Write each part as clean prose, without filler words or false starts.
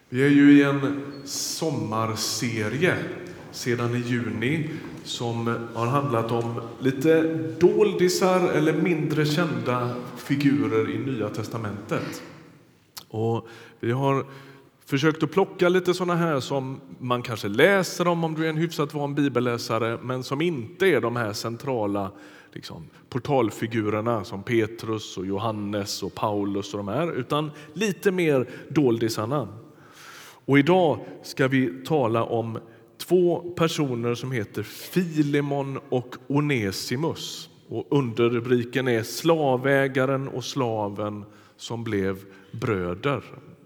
Vi är ju i en sommarserie sedan i juni som har handlat om lite doldisar eller mindre kända figurer i Nya testamentet. Och vi har försökt att plocka lite sådana här som man kanske läser om du är en hyfsat van bibelläsare, men som inte är de här centrala portalfigurerna som Petrus och Johannes och Paulus och de här, utan lite mer doldisarna. Och idag ska vi tala om två personer som heter Filemon och Onesimus. Och underrubriken är slavägaren och slaven som blev bröder.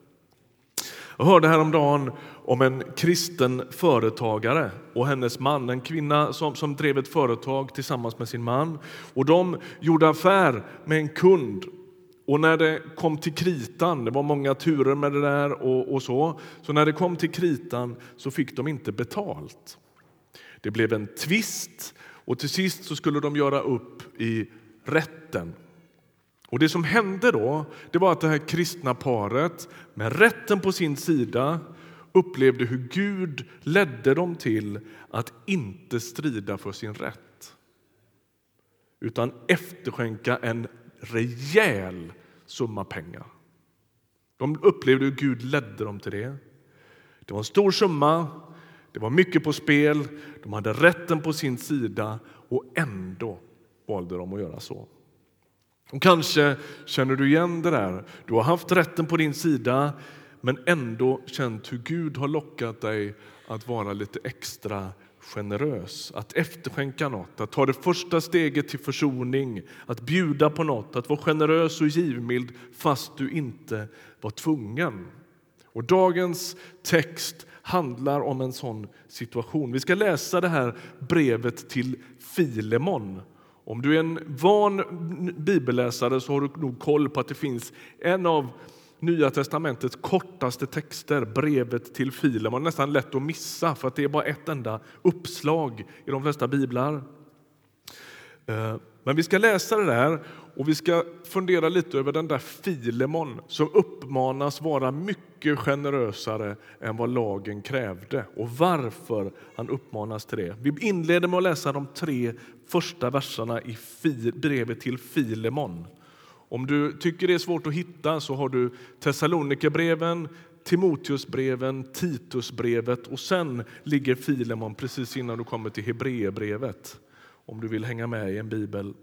Jag hörde häromdagen om en kristen företagare och hennes man, en kvinna som drev ett företag tillsammans med sin man. Och de gjorde affär med en kund. Och när det kom till kritan, det var många turer med det där och så när det kom till kritan så fick de inte betalt. Det blev en tvist och till sist så skulle de göra upp i rätten. Och det som hände då, det var att det här kristna paret med rätten på sin sida upplevde hur Gud ledde dem till att inte strida för sin rätt, utan efterskänka en rejäl summa pengar. De upplevde hur Gud ledde dem till det. Det var en stor summa, det var mycket på spel, de hade rätten på sin sida och ändå valde de att göra så. Och kanske känner du igen det där. Du har haft rätten på din sida men ändå känt hur Gud har lockat dig att vara lite extra generös, att efterskänka något, att ta det första steget till försoning, att bjuda på något, att vara generös och givmild fast du inte var tvungen. Och dagens text handlar om en sån situation. Vi ska läsa det här brevet till Filemon. Om du är en van bibelläsare så har du nog koll på att det finns en av Nya testamentets kortaste texter, brevet till Filemon. Nästan lätt att missa för att det är bara ett enda uppslag i de flesta biblar. Men vi ska läsa det där och vi ska fundera lite över den där Filemon som uppmanas vara mycket generösare än vad lagen krävde och varför han uppmanas till det. Vi inleder med att läsa de 3 första verserna i brevet till Filemon. Om du tycker det är svårt att hitta så har du Thessalonikerbreven, Timoteusbreven, Titusbrevet och sen ligger Filemon precis innan du kommer till Hebreerbrevet. Om du vill hänga med i en bibel.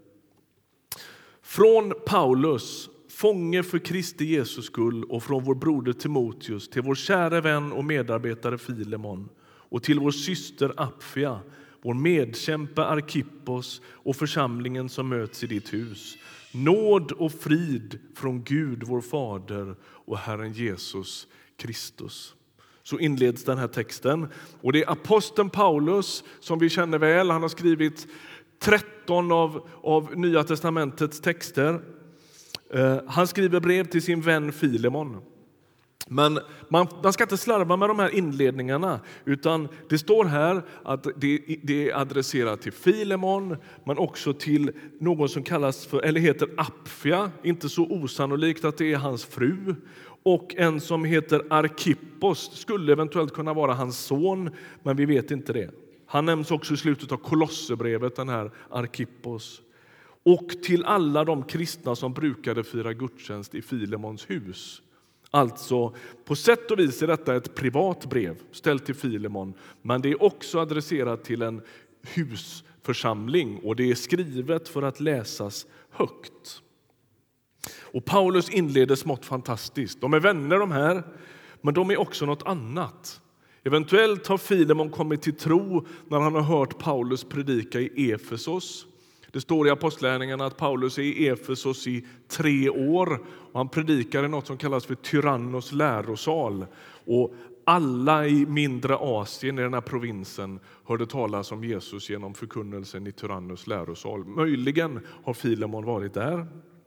Från Paulus, fånge för Kristi Jesus skull, och från vår broder Timoteus till vår kära vän och medarbetare Filemon och till vår syster Apfia, vår medkämpe Arkippos och församlingen som möts i ditt hus. Nåd och frid från Gud vår Fader och Herren Jesus Kristus. Så inleds den här texten. Och det är aposteln Paulus som vi känner väl. Han har skrivit 13 av Nya testamentets texter. Han skriver brev till sin vän Filemon. Men man ska inte slarva med de här inledningarna, utan det står här att det är adresserat till Filemon men också till någon som kallas för, eller heter Apfia, inte så osannolikt att det är hans fru, och en som heter Arkippos, skulle eventuellt kunna vara hans son, men vi vet inte det. Han nämns också i slutet av Kolosserbrevet, den här Arkippos. Och till alla de kristna som brukade fira gudstjänst i Filemons hus. Alltså, på sätt och vis är detta ett privat brev ställt till Filemon, men det är också adresserat till en husförsamling och det är skrivet för att läsas högt. Och Paulus inleder smått fantastiskt. De är vänner de här, men de är också något annat. Eventuellt har Filemon kommit till tro när han har hört Paulus predika i Efesos. Det står i apostlagärningarna att Paulus är i Efesos i 3 år och han predikar i något som kallas för Tyrannos lärosal. Och alla i mindre Asien, i den här provinsen, hörde talas om Jesus genom förkunnelsen i Tyrannos lärosal. Möjligen har Filemon varit där.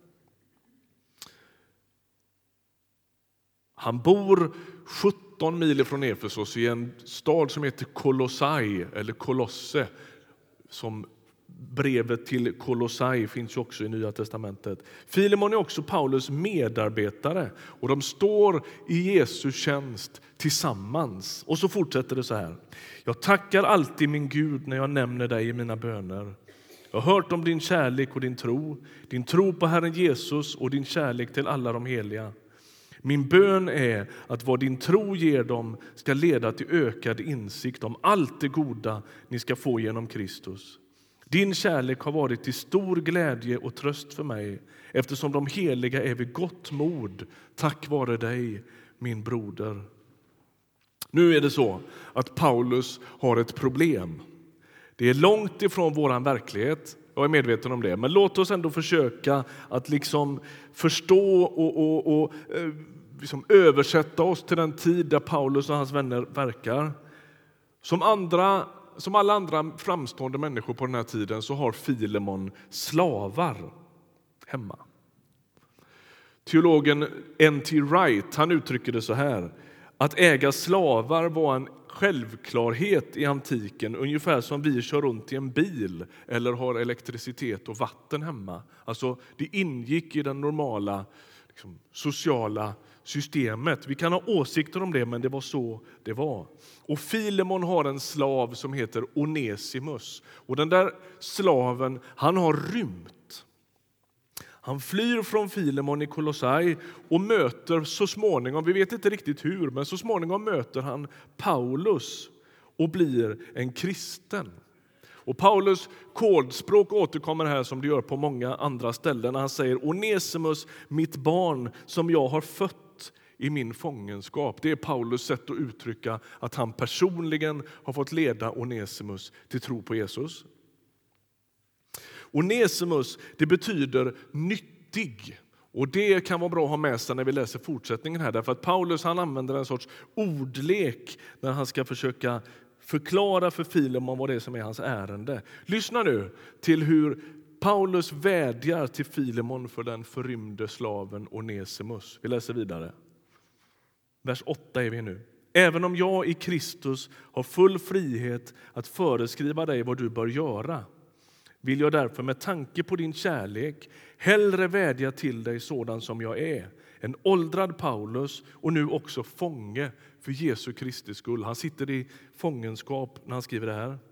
Han bor 17 mil från Efesos i en stad som heter Kolossai eller Kolosse, som brevet till Kolossai finns ju också i Nya testamentet. Filemon är också Paulus medarbetare och de står i Jesu tjänst tillsammans. Och så fortsätter det så här. Jag tackar alltid min Gud när jag nämner dig i mina böner. Jag har hört om din kärlek och din tro på Herren Jesus och din kärlek till alla de heliga. Min bön är att vad din tro ger dem ska leda till ökad insikt om allt det goda ni ska få genom Kristus. Din kärlek har varit till stor glädje och tröst för mig eftersom de heliga är vid gott mod tack vare dig, min broder. Nu är det så att Paulus har ett problem. Det är långt ifrån våran verklighet. Jag är medveten om det. Men låt oss ändå försöka att liksom förstå och liksom översätta oss till den tid där Paulus och hans vänner verkar. Som alla andra framstående människor på den här tiden så har Filemon slavar hemma. Teologen N.T. Wright, han uttrycker det så här. Att äga slavar var en självklarhet i antiken, ungefär som vi kör runt i en bil eller har elektricitet och vatten hemma. Alltså, det ingick i den normala sociala systemet. Vi kan ha åsikter om det, men det var så det var. Och Filemon har en slav som heter Onesimus. Och den där slaven, han har rymt. Han flyr från Filemon i Kolossai och möter så småningom, vi vet inte riktigt hur, men så småningom möter han Paulus och blir en kristen. Och Paulus kodspråk återkommer här som det gör på många andra ställen. Han säger Onesimus, mitt barn som jag har fött i min fångenskap. Det är Paulus sätt att uttrycka att han personligen har fått leda Onesimus till tro på Jesus. Onesimus, det betyder nyttig. Och det kan vara bra att ha med sig när vi läser fortsättningen här. Därför att Paulus han använder en sorts ordlek när han ska försöka förklara för Filemon vad det är som är hans ärende. Lyssna nu till hur Paulus vädjar till Filemon för den förrymde slaven Onesimus. Vi läser vidare. Vers 8 är vi nu. Även om jag i Kristus har full frihet att föreskriva dig vad du bör göra, vill jag därför med tanke på din kärlek hellre vädja till dig sådan som jag är. En åldrad Paulus och nu också fånge för Jesu Kristi skull. Han sitter i fångenskap när han skriver det här.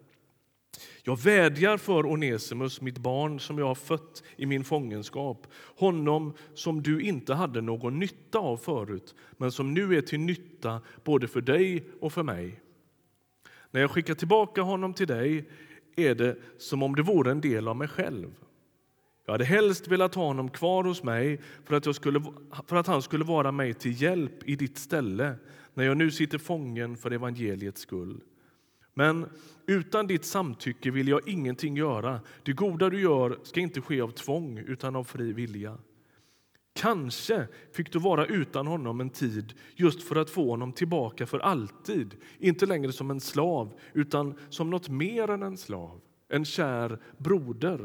Jag vädjar för Onesimus, mitt barn som jag har fött i min fångenskap. Honom som du inte hade någon nytta av förut, men som nu är till nytta både för dig och för mig. När jag skickar tillbaka honom till dig är det som om det vore en del av mig själv. Jag hade helst velat ha honom kvar hos mig för att han skulle vara mig till hjälp i ditt ställe när jag nu sitter fången för evangeliets skull. Men utan ditt samtycke vill jag ingenting göra. Det goda du gör ska inte ske av tvång utan av fri vilja. Kanske fick du vara utan honom en tid just för att få honom tillbaka för alltid. Inte längre som en slav utan som något mer än en slav. En kär broder.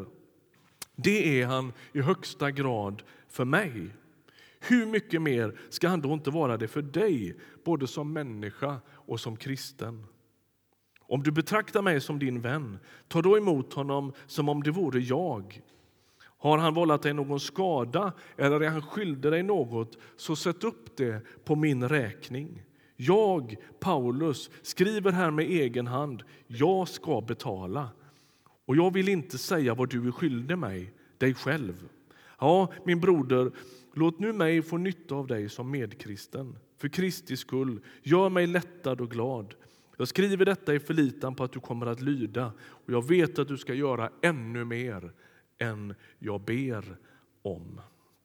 Det är han i högsta grad för mig. Hur mycket mer ska han då inte vara det för dig, både som människa och som kristen? Om du betraktar mig som din vän, ta då emot honom som om det vore jag. Har han vållat dig någon skada eller är han skyldig dig något, så sätt upp det på min räkning. Jag, Paulus, skriver här med egen hand, jag ska betala. Och jag vill inte säga vad du är skyldig mig, dig själv. Ja, min broder, låt nu mig få nytta av dig som medkristen. För Kristi skull, gör mig lättad och glad. Jag skriver detta i förlitan på att du kommer att lyda. Och jag vet att du ska göra ännu mer än jag ber om.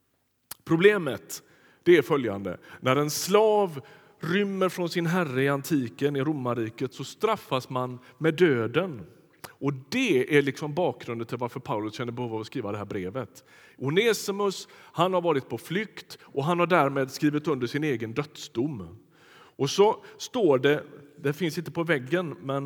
Problemet, det är följande. När en slav rymmer från sin herre i antiken, i romarriket, så straffas man med döden. Och det är liksom bakgrunden till varför Paulus känner behov av att skriva det här brevet. Onesimus, han har varit på flykt och han har därmed skrivit under sin egen dödsdom. Och så står det finns inte på väggen, men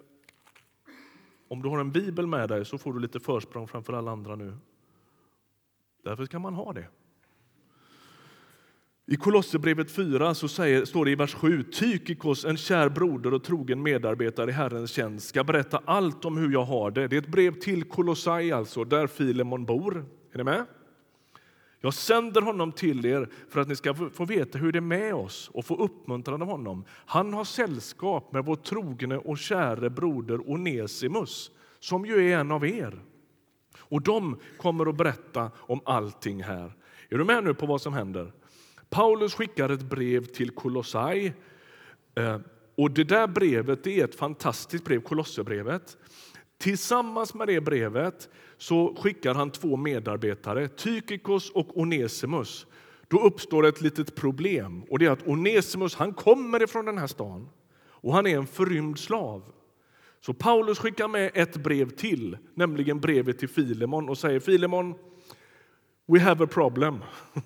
om du har en bibel med dig så får du lite försprång framför alla andra nu. Därför kan man ha det. I Kolosserbrevet 4 så står det i vers 7: Tykikos, en kär broder och trogen medarbetare i Herrens tjänst, ska berätta allt om hur jag har det. Det är ett brev till Kolossai, alltså, där Filemon bor. Är ni med? Jag sänder honom till er för att ni ska få veta hur det är med oss och få uppmuntran av honom. Han har sällskap med vår trogne och käre broder Onesimus, som ju är en av er. Och de kommer att berätta om allting här. Är du med nu på vad som händer? Paulus skickar ett brev till Kolossai. Och det där brevet är ett fantastiskt brev, Kolosserbrevet. Tillsammans med det brevet så skickar han 2 medarbetare, Tykikos och Onesimus. Då uppstår ett litet problem, och det är att Onesimus, han kommer ifrån den här stan och han är en förrymd slav. Så Paulus skickar med ett brev till, nämligen brevet till Filemon, och säger: Filemon, we have a problem.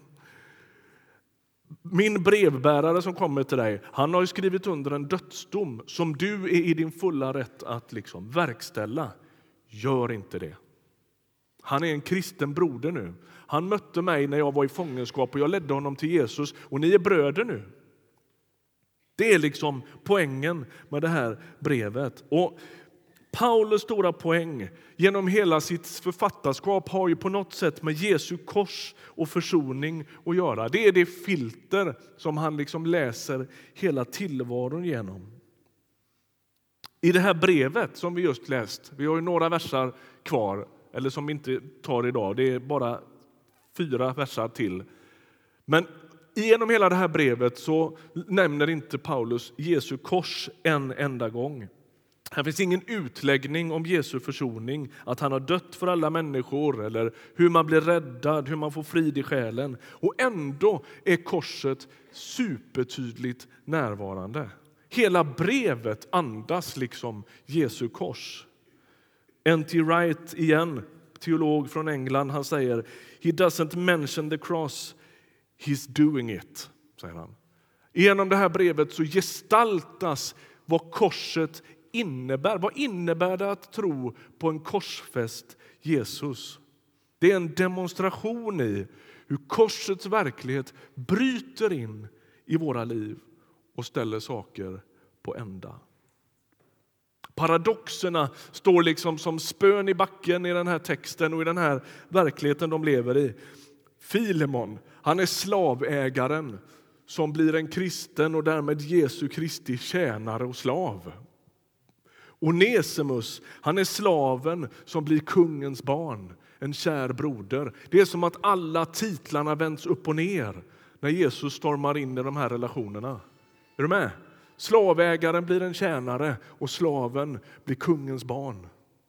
Min brevbärare som kommer till dig, han har ju skrivit under en dödsdom som du är i din fulla rätt att verkställa. Gör inte det. Han är en kristen broder nu. Han mötte mig när jag var i fångenskap och jag ledde honom till Jesus, och ni är bröder nu. Det är poängen med det här brevet. Och Paulus stora poäng genom hela sitt författarskap har ju på något sätt med Jesu kors och försoning att göra. Det är det filter som han läser hela tillvaron genom. I det här brevet som vi just läst, vi har ju några versar kvar, eller som vi inte tar idag, det är bara 4 versar till. Men genom hela det här brevet så nämner inte Paulus Jesu kors en enda gång. Här finns ingen utläggning om Jesu försoning, att han har dött för alla människor, eller hur man blir räddad, hur man får frid i själen. Och ändå är korset supertydligt närvarande. Hela brevet andas Jesu kors. N.T. Wright igen, teolog från England, han säger: He doesn't mention the cross, he's doing it, säger han. Genom det här brevet så gestaltas vad korset innebär. Vad innebär det att tro på en korsfäst Jesus? Det är en demonstration i hur korsets verklighet bryter in i våra liv och ställer saker på ända. Paradoxerna står som spön i backen i den här texten och i den här verkligheten de lever i. Filemon, han är slavägaren som blir en kristen och därmed Jesu Kristi tjänare och slav. Onesimus, han är slaven som blir kungens barn, en kär broder. Det är som att alla titlarna vänds upp och ner när Jesus stormar in i de här relationerna. Är du med? Slavägaren blir en tjänare och slaven blir kungens barn.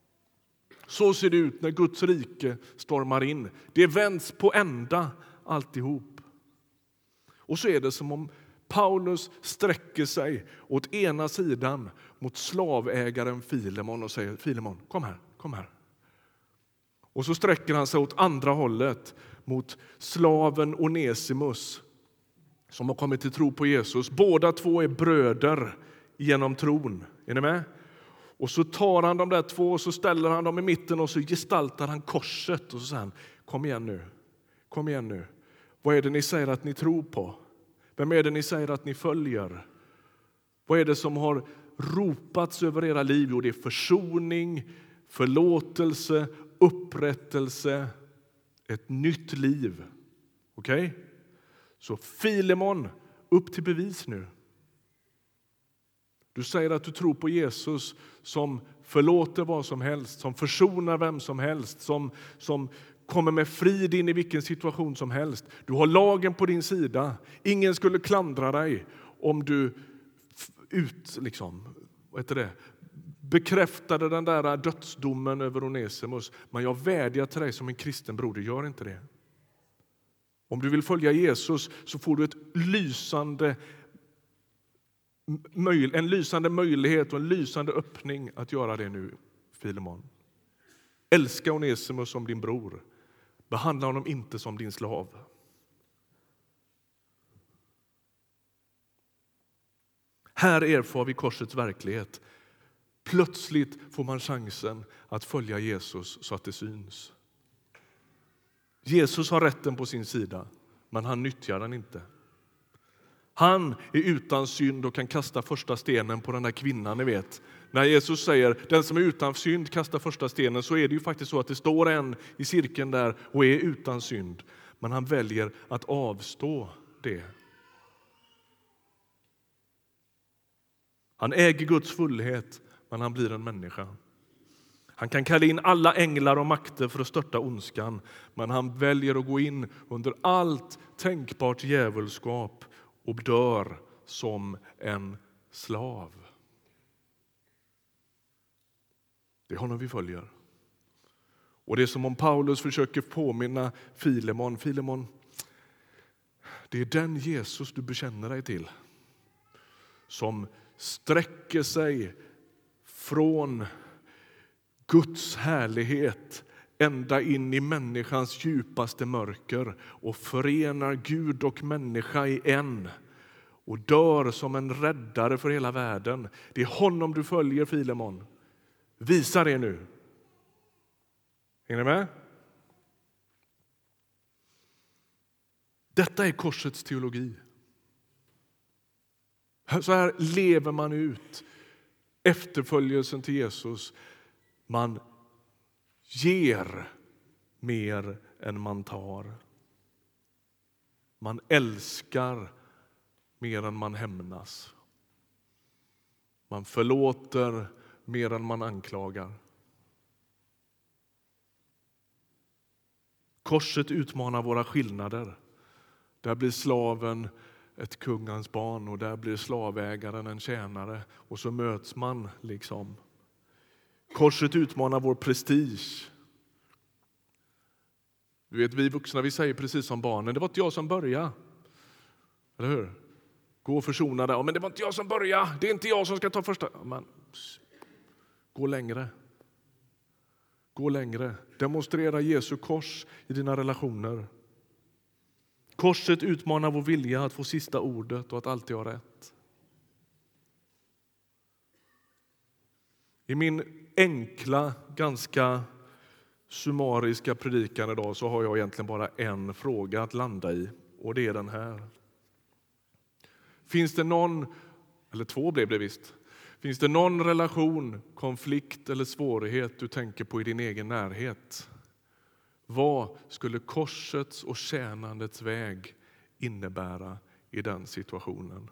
Så ser det ut när Guds rike stormar in. Det vänds på ända alltihop. Och så är det som om Paulus sträcker sig åt ena sidan mot slavägaren Filemon och säger: Filemon, kom här, kom här. Och så sträcker han sig åt andra hållet mot slaven Onesimus som har kommit till tro på Jesus. Båda 2 är bröder genom tron. Är ni med? Och så tar han de där 2 och så ställer han dem i mitten och så gestaltar han korset och så säger han: kom igen nu, kom igen nu. Vad är det ni säger att ni tror på? Vem är det ni säger att ni följer? Vad är det som har ropats över era liv? Jo, det är försoning, förlåtelse, upprättelse, ett nytt liv. Okej? Så Filemon, upp till bevis nu. Du säger att du tror på Jesus som förlåter vad som helst, som försonar vem som helst, som kommer med frid in i vilken situation som helst. Du har lagen på din sida. Ingen skulle klandra dig om du bekräftade den där dödsdomen över Onesimus. Men jag vädjar till dig som en kristen broder, gör inte det. Om du vill följa Jesus så får du en lysande möjlighet och en lysande öppning att göra det nu, Filemon. Älska Onesimus som din bror. Behandla honom inte som din slav. Här erfar vi korsets verklighet. Plötsligt får man chansen att följa Jesus så att det syns. Jesus har rätten på sin sida, men han nyttjar den inte. Han är utan synd och kan kasta första stenen på den där kvinnan, ni vet. När Jesus säger den som är utan synd kastar första stenen, så är det ju faktiskt så att det står en i cirkeln där och är utan synd. Men han väljer att avstå det. Han äger Guds fullhet, men han blir en människa. Han kan kalla in alla änglar och makter för att störta ondskan, men han väljer att gå in under allt tänkbart djävulskap och dör som en slav. Det är honom vi följer. Och det är som om Paulus försöker påminna Filemon. Filemon, det är den Jesus du bekänner dig till, som sträcker sig från Guds härlighet ända in i människans djupaste mörker och förenar Gud och människa i en och dör som en räddare för hela världen. Det är honom du följer, Filemon. Visa det nu. Är ni med? Detta är korsets teologi. Så här lever man ut efterföljelsen till Jesus. Man ger mer än man tar. Man älskar mer än man hämnas. Man förlåter mer än man anklagar. Korset utmanar våra skillnader. Där blir slaven ett kungens barn och där blir slavägaren en tjänare. Och så möts man liksom. Korset utmanar vår prestige. Du vet, vi vuxna, vi säger precis som barnen. Det var inte jag som började. Eller hur? Gå och försona där. Men det var inte jag som började. Det är inte jag som ska ta första. Men, gå längre. Gå längre. Demonstrera Jesu kors i dina relationer. Korset utmanar vår vilja att få sista ordet och att alltid ha rätt. I min enkla, ganska summariska predikan idag så har jag egentligen bara en fråga att landa i. Och det är den här. Finns det någon, eller två blev det visst. Finns det någon relation, konflikt eller svårighet du tänker på i din egen närhet? Vad skulle korsets och tjänandets väg innebära i den situationen?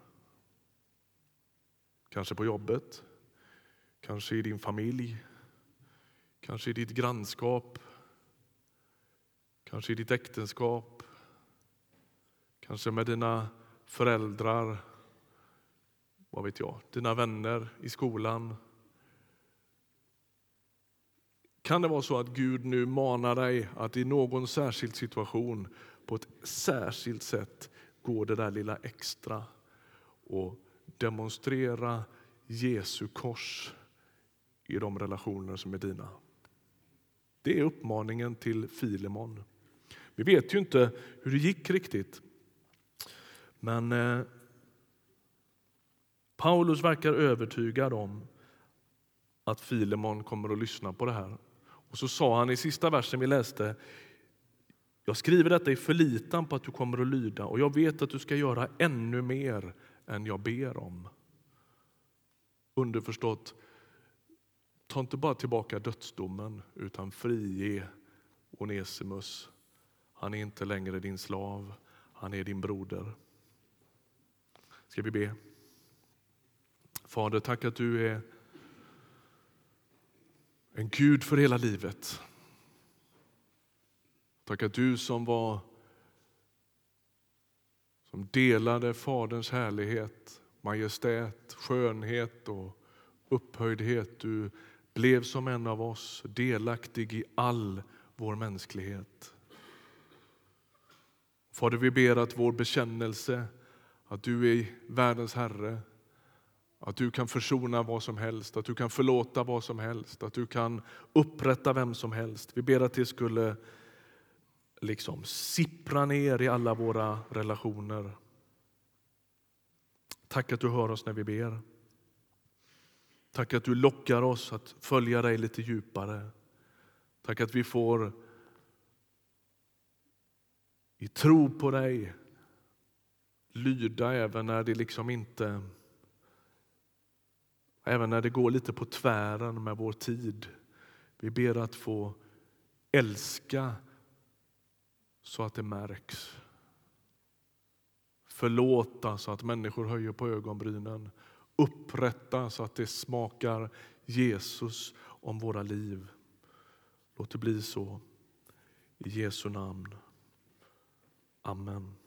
Kanske på jobbet, kanske i din familj, kanske i ditt grannskap, kanske i ditt äktenskap, kanske med dina föräldrar, vad vet jag, dina vänner i skolan. Kan det vara så att Gud nu manar dig att i någon särskild situation på ett särskilt sätt gå det där lilla extra och demonstrera Jesu kors i de relationer som är dina? Det är uppmaningen till Filemon. Vi vet ju inte hur det gick riktigt. Men Paulus verkar övertygad om att Filemon kommer att lyssna på det här. Och så sa han i sista versen vi läste: jag skriver detta i förlitan på att du kommer att lyda, och jag vet att du ska göra ännu mer än jag ber om. Underförstått, ta inte bara tillbaka dödsdomen utan frige Onesimus. Han är inte längre din slav, han är din broder. Ska vi be? Fader, tack att du är en Gud för hela livet. Tack att du som delade Faderns härlighet, majestät, skönhet och upphöjdhet. Du blev som en av oss, delaktig i all vår mänsklighet. Fader, vi ber att vår bekännelse, att du är världens Herre, att du kan försona vad som helst, att du kan förlåta vad som helst, att du kan upprätta vem som helst. Vi ber att det skulle sippra ner i alla våra relationer. Tack att du hör oss när vi ber. Tack att du lockar oss att följa dig lite djupare. Tack att vi får i tro på dig lyda även när det även när det går lite på tvären med vår tid. Vi ber att få älska så att det märks. Förlåta så att människor höjer på ögonbrynen. Upprätta så att det smakar Jesus om våra liv. Låt det bli så. I Jesu namn. Amen.